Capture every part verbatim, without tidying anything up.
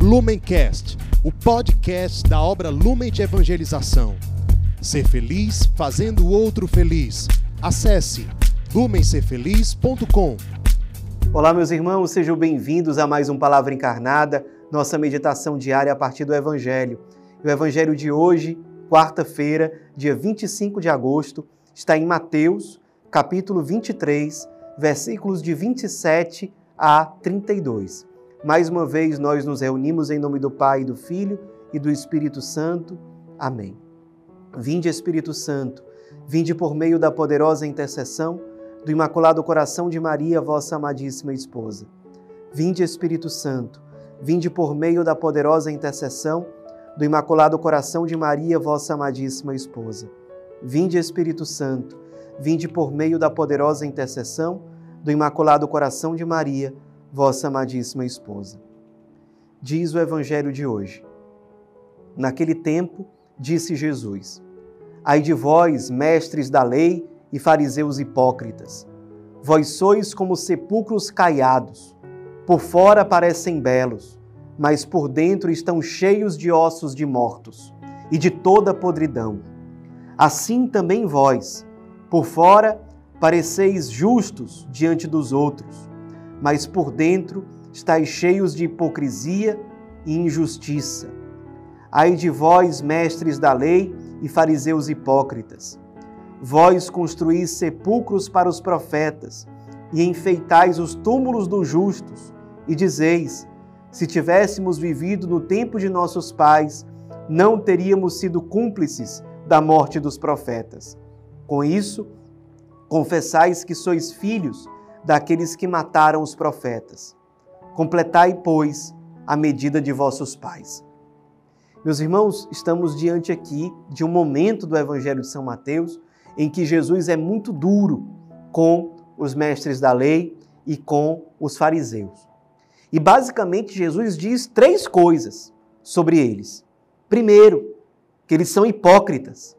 Lumencast, o podcast da obra Lumen de Evangelização. Ser feliz fazendo o outro feliz. Acesse lumen ser feliz ponto com. Olá, meus irmãos, sejam bem-vindos a mais um Palavra Encarnada, nossa meditação diária a partir do Evangelho. O Evangelho de hoje, quarta-feira, dia vinte e cinco de agosto, está em Mateus, capítulo vinte e três, versículos de vinte e sete a trinta e dois. Mais uma vez, nós nos reunimos em nome do Pai, do Filho e do Espírito Santo. Amém. Vinde, Espírito Santo, vinde por meio da poderosa intercessão do Imaculado Coração de Maria, vossa amadíssima esposa. Vinde, Espírito Santo, vinde por meio da poderosa intercessão do Imaculado Coração de Maria, vossa amadíssima esposa. Vinde, Espírito Santo, vinde por meio da poderosa intercessão do Imaculado Coração de Maria, vossa amadíssima esposa. Diz o Evangelho de hoje. Naquele tempo, disse Jesus: Ai de vós, mestres da lei e fariseus hipócritas, vós sois como sepulcros caiados, por fora parecem belos, mas por dentro estão cheios de ossos de mortos e de toda podridão. Assim também vós, por fora pareceis justos diante dos outros, mas por dentro estáis cheios de hipocrisia e injustiça. Ai de vós, mestres da lei e fariseus hipócritas, vós construís sepulcros para os profetas e enfeitais os túmulos dos justos, e dizeis: se tivéssemos vivido no tempo de nossos pais, não teríamos sido cúmplices da morte dos profetas. Com isso, confessais que sois filhos daqueles que mataram os profetas. Completai, pois, a medida de vossos pais. Meus irmãos, estamos diante aqui de um momento do Evangelho de São Mateus em que Jesus é muito duro com os mestres da lei e com os fariseus. E basicamente Jesus diz três coisas sobre eles. Primeiro, que eles são hipócritas.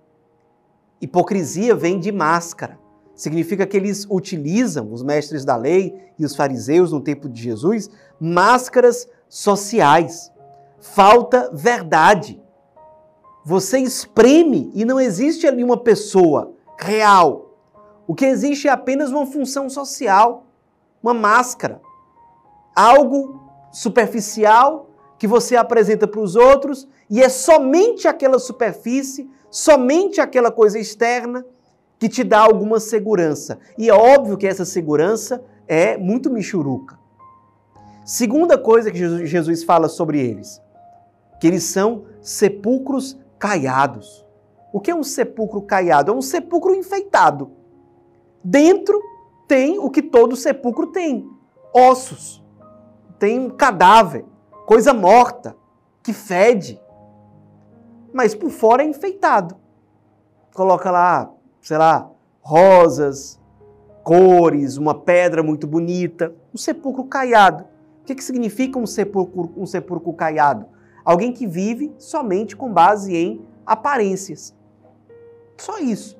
Hipocrisia vem de máscara. Significa que eles utilizam, os mestres da lei e os fariseus no tempo de Jesus, máscaras sociais. Falta verdade. Você espreme e não existe ali uma pessoa real. O que existe é apenas uma função social, uma máscara. Algo superficial que você apresenta para os outros e é somente aquela superfície, somente aquela coisa externa que te dá alguma segurança. E é óbvio que essa segurança é muito michuruca. Segunda coisa que Jesus fala sobre eles, que eles são sepulcros caiados. O que é um sepulcro caiado? É um sepulcro enfeitado. Dentro tem o que todo sepulcro tem: ossos, tem um cadáver, coisa morta, que fede. Mas por fora é enfeitado. Coloca lá, sei lá, rosas, cores, uma pedra muito bonita. Um sepulcro caiado. O que, que significa um sepulcro, um sepulcro caiado? Alguém que vive somente com base em aparências. Só isso.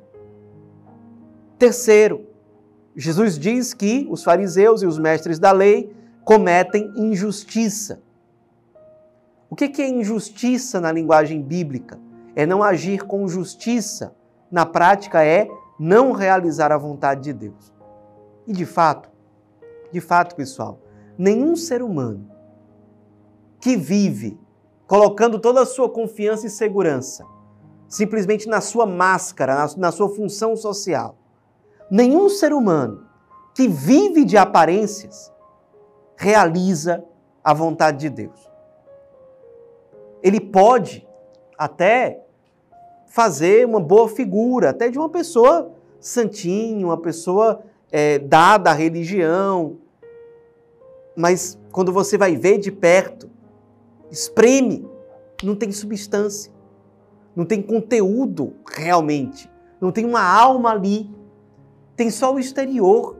Terceiro, Jesus diz que os fariseus e os mestres da lei cometem injustiça. O que é injustiça na linguagem bíblica? É não agir com justiça. Na prática é não realizar a vontade de Deus. E de fato, de fato, pessoal, nenhum ser humano que vive colocando toda a sua confiança e segurança simplesmente na sua máscara, na, na sua função social, nenhum ser humano que vive de aparências realiza a vontade de Deus. Ele pode até fazer uma boa figura, até de uma pessoa santinha, uma pessoa é, dada à religião, mas quando você vai ver de perto, espreme, não tem substância, não tem conteúdo realmente, não tem uma alma ali, tem só o exterior.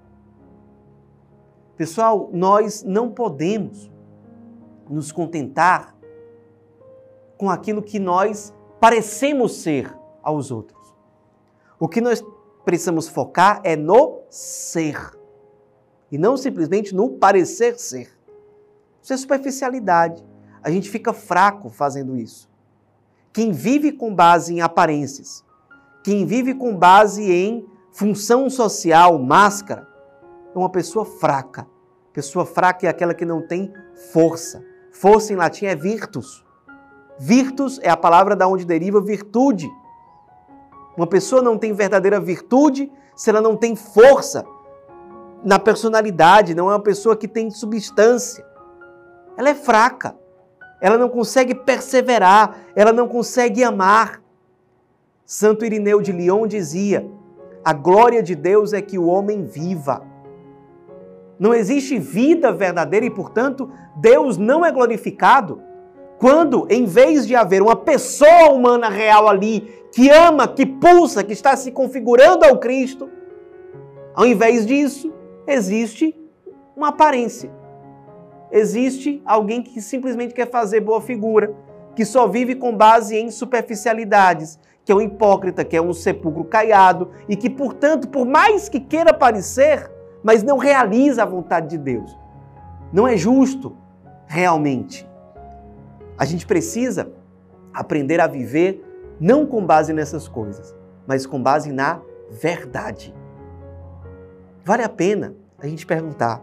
Pessoal, nós não podemos nos contentar com aquilo que nós parecemos ser aos outros. O que nós precisamos focar é no ser e não simplesmente no parecer ser. Isso é superficialidade. A gente fica fraco fazendo isso. Quem vive com base em aparências, quem vive com base em função social, máscara, é uma pessoa fraca. Pessoa fraca é aquela que não tem força. Força em latim é virtus. Virtus é a palavra da onde deriva virtude. Uma pessoa não tem verdadeira virtude se ela não tem força na personalidade, não é uma pessoa que tem substância. Ela é fraca. Ela não consegue perseverar, ela não consegue amar. Santo Irineu de Lyon dizia: a glória de Deus é que o homem viva. Não existe vida verdadeira e, portanto, Deus não é glorificado quando, em vez de haver uma pessoa humana real ali, que ama, que pulsa, que está se configurando ao Cristo, ao invés disso, existe uma aparência. Existe alguém que simplesmente quer fazer boa figura, que só vive com base em superficialidades, que é um hipócrita, que é um sepulcro caiado e que, portanto, por mais que queira parecer, mas não realiza a vontade de Deus. Não é justo, realmente. A gente precisa aprender a viver não com base nessas coisas, mas com base na verdade. Vale a pena a gente perguntar,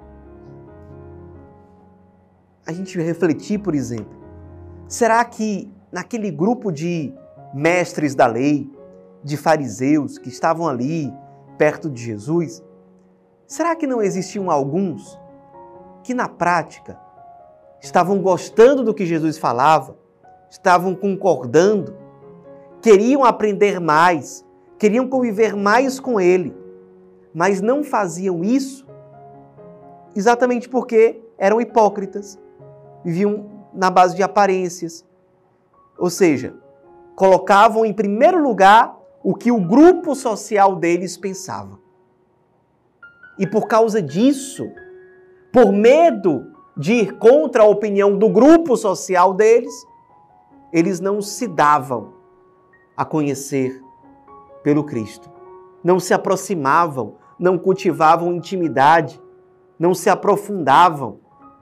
a gente refletir, por exemplo, será que naquele grupo de mestres da lei, de fariseus que estavam ali perto de Jesus, será que não existiam alguns que na prática estavam gostando do que Jesus falava, estavam concordando, queriam aprender mais, queriam conviver mais com ele, mas não faziam isso exatamente porque eram hipócritas, viviam na base de aparências, ou seja, colocavam em primeiro lugar o que o grupo social deles pensava. E por causa disso, por medo de ir contra a opinião do grupo social deles, eles não se davam a conhecer pelo Cristo. Não se aproximavam, não cultivavam intimidade, não se aprofundavam.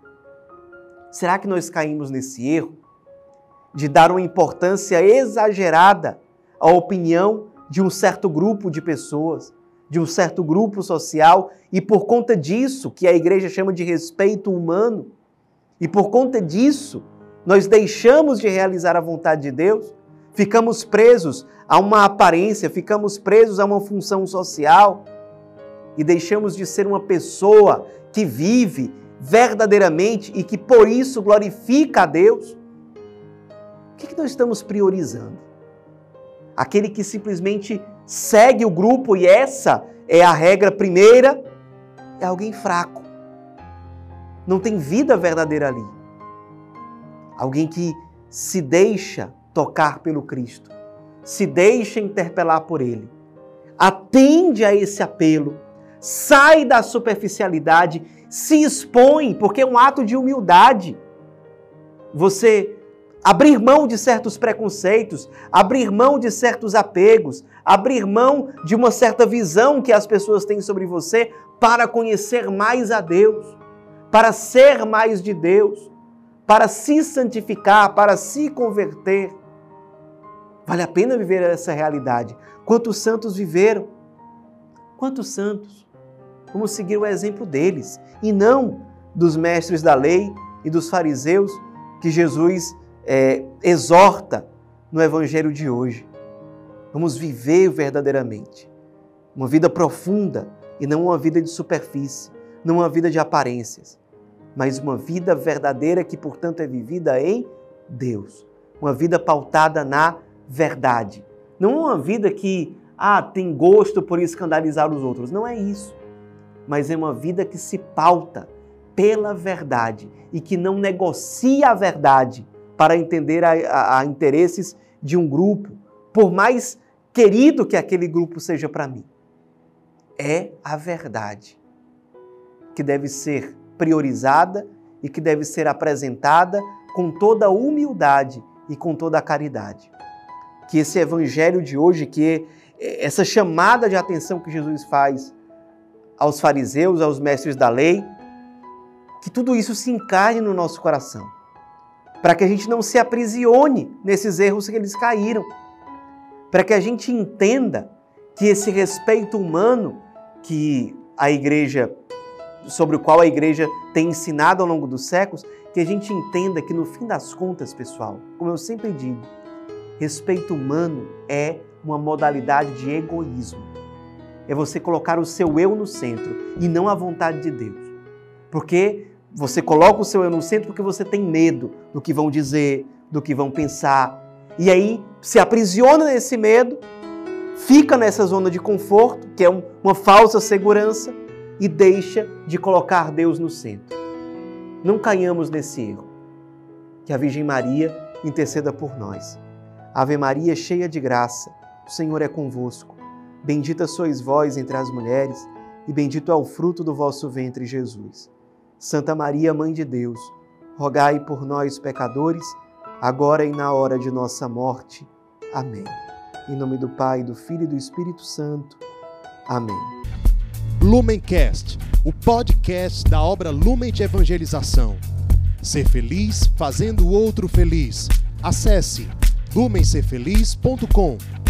Será que nós caímos nesse erro de dar uma importância exagerada à opinião de um certo grupo de pessoas, de um certo grupo social, e por conta disso, que a igreja chama de respeito humano, e por conta disso, nós deixamos de realizar a vontade de Deus, ficamos presos a uma aparência, ficamos presos a uma função social, e deixamos de ser uma pessoa que vive verdadeiramente e que por isso glorifica a Deus? O que, que nós estamos priorizando? Aquele que simplesmente segue o grupo e essa é a regra primeira, é alguém fraco. Não tem vida verdadeira ali. Alguém que se deixa tocar pelo Cristo, se deixa interpelar por Ele, atende a esse apelo, sai da superficialidade, se expõe, porque é um ato de humildade. Você abrir mão de certos preconceitos, abrir mão de certos apegos, abrir mão de uma certa visão que as pessoas têm sobre você para conhecer mais a Deus, para ser mais de Deus, para se santificar, para se converter. Vale a pena viver essa realidade. Quantos santos viveram? Quantos santos? Vamos seguir o exemplo deles e não dos mestres da lei e dos fariseus que Jesus é, exorta no Evangelho de hoje. Vamos viver verdadeiramente uma vida profunda e não uma vida de superfície, não uma vida de aparências, mas uma vida verdadeira que, portanto, é vivida em Deus. Uma vida pautada na verdade. Não uma vida que ah, tem gosto por escandalizar os outros. Não é isso. Mas é uma vida que se pauta pela verdade e que não negocia a verdade para entender a, a, a interesses de um grupo, por mais querido que aquele grupo seja para mim. É a verdade que deve ser priorizada e que deve ser apresentada com toda a humildade e com toda a caridade. Que esse evangelho de hoje, que essa chamada de atenção que Jesus faz aos fariseus, aos mestres da lei, que tudo isso se encarne no nosso coração, para que a gente não se aprisione nesses erros que eles caíram, para que a gente entenda que esse respeito humano que a igreja, sobre o qual a igreja tem ensinado ao longo dos séculos, que a gente entenda que no fim das contas, pessoal, como eu sempre digo, respeito humano é uma modalidade de egoísmo. É você colocar o seu eu no centro e não a vontade de Deus. Porque você coloca o seu eu no centro porque você tem medo do que vão dizer, do que vão pensar. E aí se aprisiona nesse medo, fica nessa zona de conforto, que é um, uma falsa segurança, e deixa de colocar Deus no centro. Não caiamos nesse erro. Que a Virgem Maria interceda por nós. Ave Maria, cheia de graça, o Senhor é convosco. Bendita sois vós entre as mulheres, e bendito é o fruto do vosso ventre, Jesus. Santa Maria, Mãe de Deus, rogai por nós, pecadores, agora e na hora de nossa morte. Amém. Em nome do Pai, do Filho e do Espírito Santo. Amém. Lumencast, o podcast da obra Lumen de Evangelização. Ser feliz fazendo o outro feliz. Acesse lumen ser feliz ponto com.